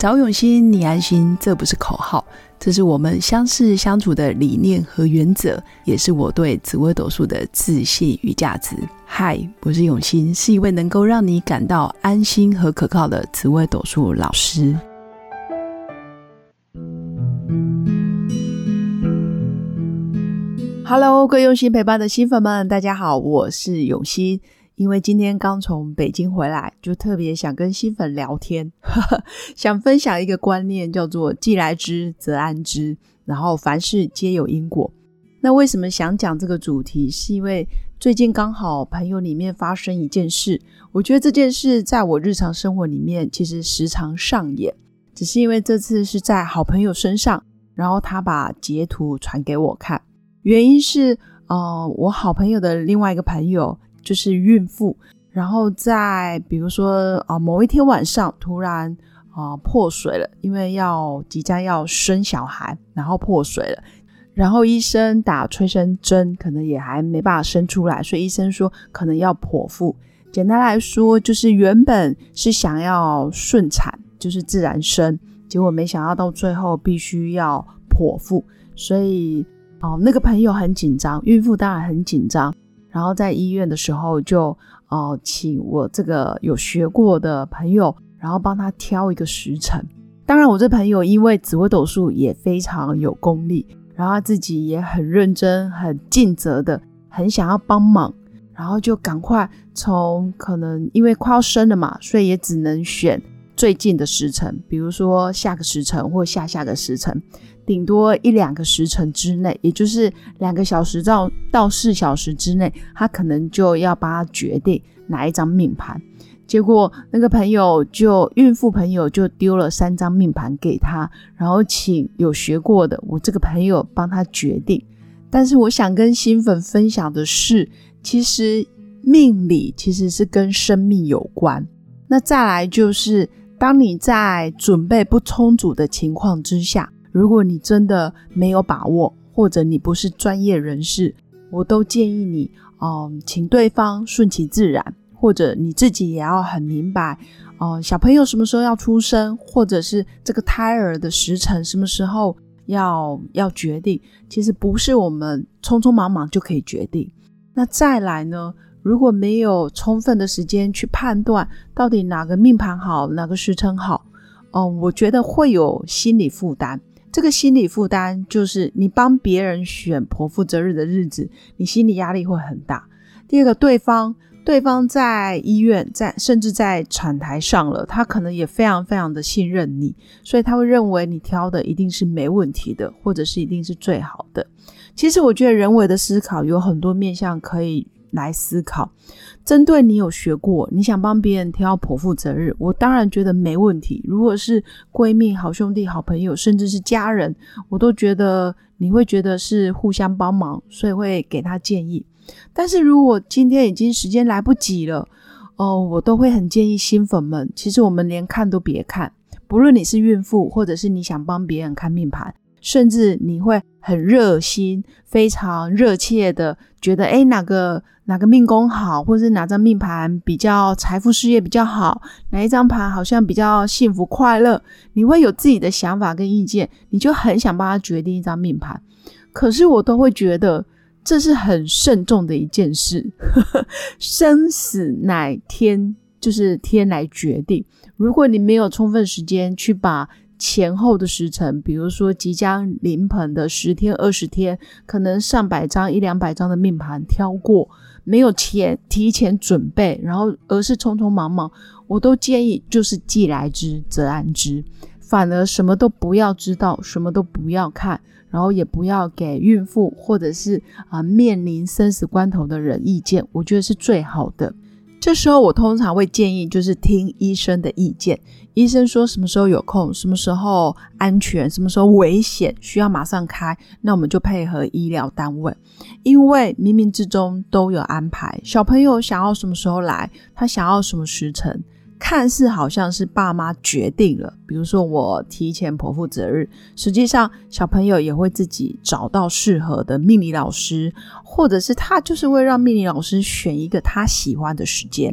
找永新，你安心，这不是口号，这是我们相识相处的理念和原则，也是我对紫微斗数的自信与价值。嗨，我是永新，是一位能够让你感到安心和可靠的紫微斗数老师。Hello， 各位用心陪伴的新粉们，大家好，我是永新。因为今天刚从北京回来，就特别想跟新粉聊天想分享一个观念，叫做既来之则安之，然后凡事皆有因果。那为什么想讲这个主题，是因为最近刚好朋友里面发生一件事，我觉得这件事在我日常生活里面其实时常上演，只是因为这次是在好朋友身上，然后他把截图传给我看。原因是我好朋友的另外一个朋友就是孕妇，然后在比如说某一天晚上突然破水了，因为即将要生小孩，然后破水了，然后医生打催生针，可能也还没办法生出来，所以医生说可能要剖腹。简单来说就是原本是想要顺产，就是自然生，结果没想到最后必须要剖腹，所以那个朋友很紧张，孕妇当然很紧张，然后在医院的时候就请我这个有学过的朋友，然后帮他挑一个时辰。当然我这朋友因为紫微斗数也非常有功力，然后他自己也很认真很尽责的很想要帮忙，然后就赶快从可能因为快要生了嘛，所以也只能选最近的时辰，比如说下个时辰或下下个时辰，顶多1-2个时辰之内，也就是2个小时到4小时之内，他可能就要帮他决定哪一张命盘。结果那个孕妇朋友就丢了3张命盘给他，然后请有学过的我这个朋友帮他决定。但是我想跟新粉分享的是，其实命理其实是跟生命有关。那再来就是当你在准备不充足的情况之下，如果你真的没有把握，或者你不是专业人士，我都建议你请对方顺其自然，或者你自己也要很明白小朋友什么时候要出生，或者是这个胎儿的时辰什么时候要决定，其实不是我们匆匆忙忙就可以决定。那再来呢，如果没有充分的时间去判断到底哪个命盘好，哪个时辰好，我觉得会有心理负担。这个心理负担就是你帮别人选剖腹择日的日子，你心理压力会很大。第二个，对方在医院甚至在产台上了，他可能也非常非常的信任你，所以他会认为你挑的一定是没问题的，或者是一定是最好的。其实我觉得人为的思考有很多面向可以来思考。针对你有学过，你想帮别人挑剖腹择日，我当然觉得没问题。如果是闺蜜、好兄弟、好朋友，甚至是家人，我都觉得你会觉得是互相帮忙，所以会给他建议。但是如果今天已经时间来不及了，我都会很建议新粉们，其实我们连看都别看，不论你是孕妇，或者是你想帮别人看命盘，甚至你会很热心非常热切的觉得哪个命宫好，或是哪张命盘比较财富事业比较好，哪一张盘好像比较幸福快乐，你会有自己的想法跟意见，你就很想帮他决定一张命盘。可是我都会觉得这是很慎重的一件事生死乃天，就是天来决定。如果你没有充分时间去把前后的时辰，比如说即将临盆的10天20天，可能上百张100-200张的命盘挑过，没有提前准备，然后而是匆匆忙忙，我都建议就是既来之则安之，反而什么都不要知道，什么都不要看，然后也不要给孕妇或者是面临生死关头的人意见，我觉得是最好的。这时候我通常会建议就是听医生的意见，医生说什么时候有空，什么时候安全，什么时候危险需要马上开，那我们就配合医疗单位，因为冥冥之中都有安排。小朋友想要什么时候来，他想要什么时辰，看似好像是爸妈决定了，比如说我提前剖腹择日，实际上小朋友也会自己找到适合的命理老师，或者是他就是会让命理老师选一个他喜欢的时间。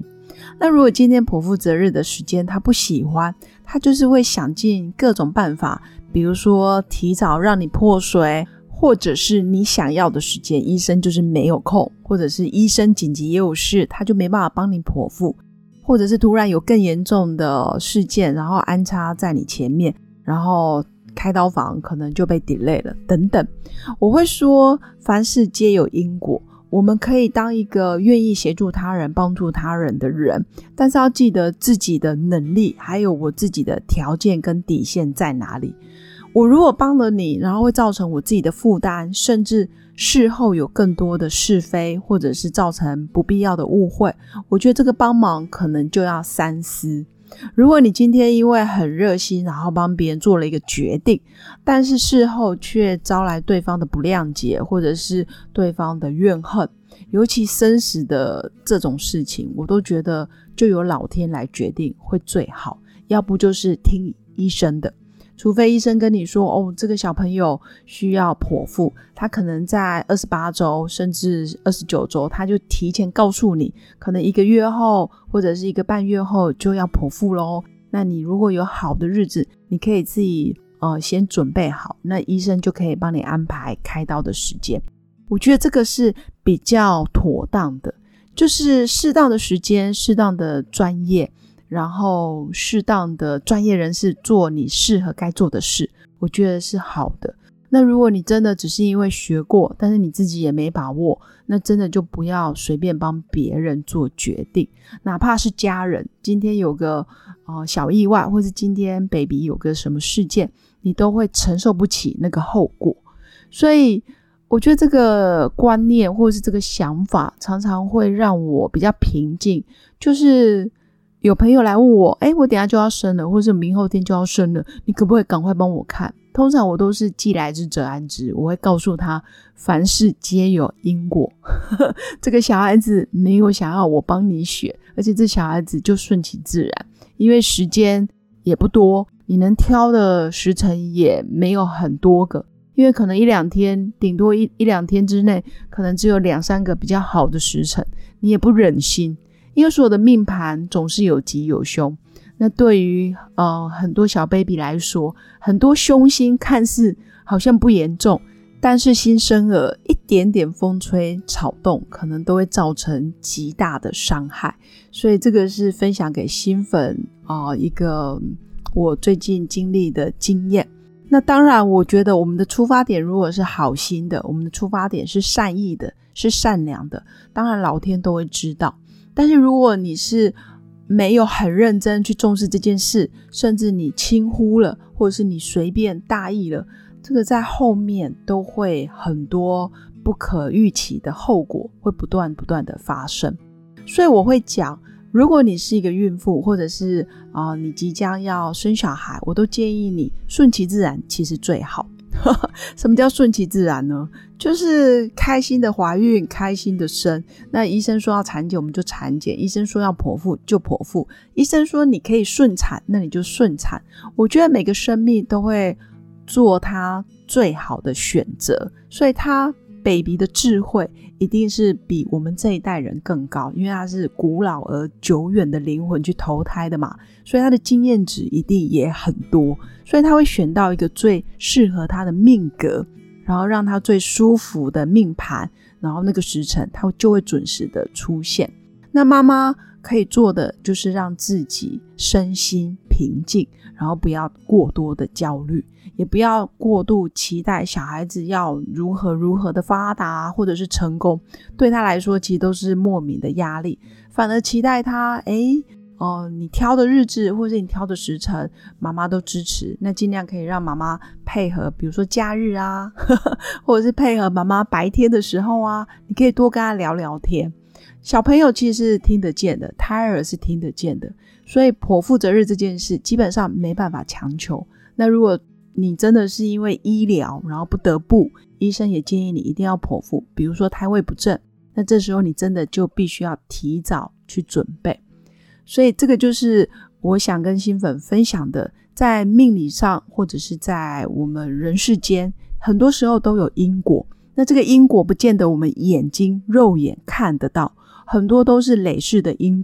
那如果今天剖腹择日的时间他不喜欢，他就是会想尽各种办法，比如说提早让你破水，或者是你想要的时间医生就是没有空，或者是医生紧急也有事，他就没办法帮你剖腹，或者是突然有更严重的事件，然后安插在你前面，然后开刀房可能就被 delay 了等等。我会说凡事皆有因果，我们可以当一个愿意协助他人帮助他人的人，但是要记得自己的能力还有我自己的条件跟底线在哪里。我如果帮了你，然后会造成我自己的负担，甚至事后有更多的是非，或者是造成不必要的误会，我觉得这个帮忙可能就要三思。如果你今天因为很热心，然后帮别人做了一个决定，但是事后却招来对方的不谅解，或者是对方的怨恨，尤其生死的这种事情，我都觉得就由老天来决定会最好，要不就是听医生的。除非医生跟你说这个小朋友需要剖腹，他可能在28周甚至29周他就提前告诉你，可能1个月后或者是1个半月后就要剖腹咯。那你如果有好的日子，你可以自己先准备好，那医生就可以帮你安排开刀的时间。我觉得这个是比较妥当的，就是适当的时间，适当的专业，然后适当的专业人士做你适合该做的事，我觉得是好的。那如果你真的只是因为学过，但是你自己也没把握，那真的就不要随便帮别人做决定，哪怕是家人，今天有个小意外，或是今天 baby 有个什么事件，你都会承受不起那个后果。所以我觉得这个观念或是这个想法常常会让我比较平静，就是有朋友来问我我等一下就要生了，或是明后天就要生了，你可不可以赶快帮我看？通常我都是既来之则安之，我会告诉他凡事皆有因果这个小孩子没有想要我帮你选，而且这小孩子就顺其自然，因为时间也不多，你能挑的时辰也没有很多个，因为可能1-2天，顶多一两天之内可能只有2-3个比较好的时辰，你也不忍心，因为所有的命盘总是有吉有凶。那对于很多小 baby 来说，很多凶星看似好像不严重，但是新生儿一点点风吹草动可能都会造成极大的伤害。所以这个是分享给新粉一个我最近经历的经验。那当然我觉得我们的出发点如果是好心的，我们的出发点是善意的，是善良的，当然老天都会知道。但是如果你是没有很认真去重视这件事，甚至你轻忽了，或者是你随便大意了，这个在后面都会很多不可预期的后果会不断的发生。所以我会讲，如果你是一个孕妇，或者是你即将要生小孩，我都建议你顺其自然其实最好什么叫顺其自然呢？就是开心的怀孕，开心的生，那医生说要产检我们就产检，医生说要剖腹就剖腹，医生说你可以顺产那你就顺产。我觉得每个生命都会做他最好的选择，所以他 baby 的智慧一定是比我们这一代人更高，因为他是古老而久远的灵魂去投胎的嘛，所以他的经验值一定也很多，所以他会选到一个最适合他的命格，然后让他最舒服的命盘，然后那个时辰他就会准时的出现。那妈妈可以做的就是让自己身心平静，然后不要过多的焦虑，也不要过度期待小孩子要如何的发达或者是成功，对他来说其实都是莫名的压力，反而期待他你挑的日子或者你挑的时辰妈妈都支持，那尽量可以让妈妈配合，比如说假日啊或者是配合妈妈白天的时候啊，你可以多跟他聊聊天。小朋友其实是听得见的，胎儿是听得见的，所以剖腹择日这件事基本上没办法强求。那如果你真的是因为医疗然后不得不，医生也建议你一定要剖腹，比如说胎位不正，那这时候你真的就必须要提早去准备。所以这个就是我想跟新粉分享的，在命理上或者是在我们人世间很多时候都有因果，那这个因果不见得我们眼睛肉眼看得到，很多都是累世的因果，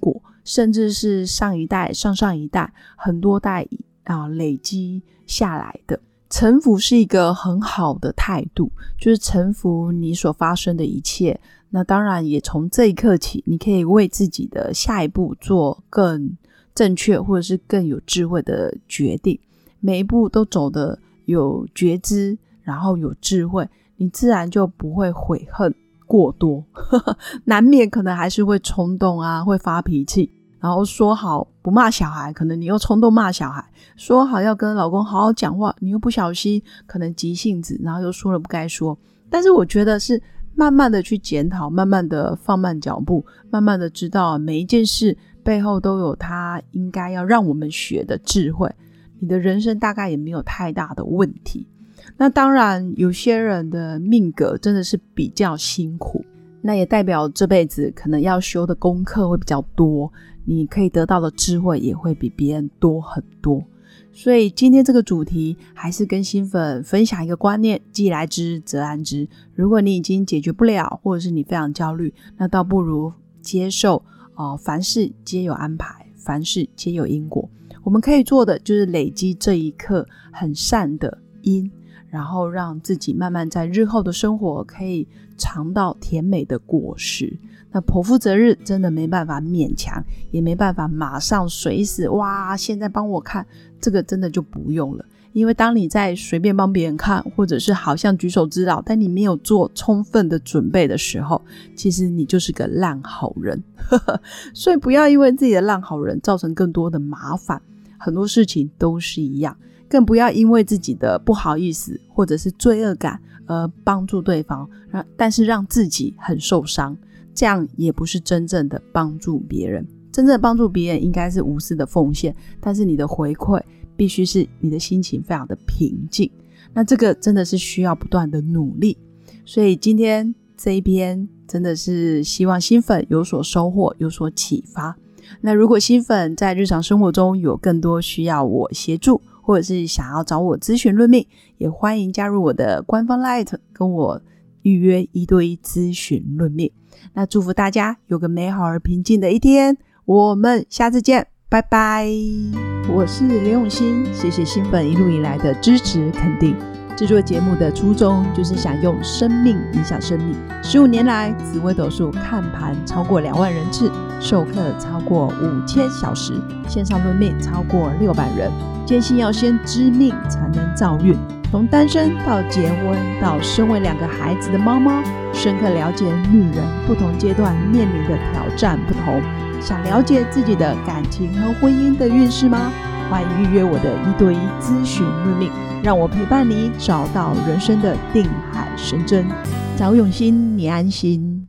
甚至是上一代、上上一代很多代累积下来的。臣服是一个很好的态度，就是臣服你所发生的一切。那当然也从这一刻起，你可以为自己的下一步做更正确或者是更有智慧的决定，每一步都走得有觉知，然后有智慧，你自然就不会悔恨过多难免可能还是会冲动会发脾气，然后说好不骂小孩，可能你又冲动骂小孩，说好要跟老公好好讲话，你又不小心可能急性子，然后又说了不该说。但是我觉得是慢慢的去检讨，慢慢的放慢脚步，慢慢的知道每一件事背后都有它应该要让我们学的智慧，你的人生大概也没有太大的问题。那当然有些人的命格真的是比较辛苦，那也代表这辈子可能要修的功课会比较多，你可以得到的智慧也会比别人多很多。所以今天这个主题还是跟新粉分享一个观念，既来之则安之。如果你已经解决不了，或者是你非常焦虑，那倒不如接受凡事皆有安排，凡事皆有因果。我们可以做的就是累积这一刻很善的因，然后让自己慢慢在日后的生活可以尝到甜美的果实。那剖腹择日真的没办法勉强，也没办法马上随时现在帮我看，这个真的就不用了。因为当你在随便帮别人看，或者是好像举手之劳，但你没有做充分的准备的时候，其实你就是个烂好人所以不要因为自己的烂好人造成更多的麻烦，很多事情都是一样。更不要因为自己的不好意思或者是罪恶感而帮助对方，但是让自己很受伤，这样也不是真正的帮助别人。真正的帮助别人应该是无私的奉献，但是你的回馈必须是你的心情非常的平静，那这个真的是需要不断的努力。所以今天这一篇真的是希望新粉有所收获，有所启发。那如果新粉在日常生活中有更多需要我协助，或者是想要找我咨询论命，也欢迎加入我的官方 LINE 跟我预约1对1咨询论命。那祝福大家有个美好而平静的一天，我们下次见，拜拜。我是刘永新，谢谢新粉一路以来的支持肯定。制作节目的初衷就是想用生命影响生命。15年来，紫微斗数看盘超过2万人次，授课超过5000小时，线上论命超过600人。坚信要先知命才能造运，从单身到结婚到身为2个孩子的妈妈，深刻了解女人不同阶段面临的挑战不同。想了解自己的感情和婚姻的运势吗？欢迎预约我的1对1咨询论命，让我陪伴你找到人生的定海神针。找永新，你安心。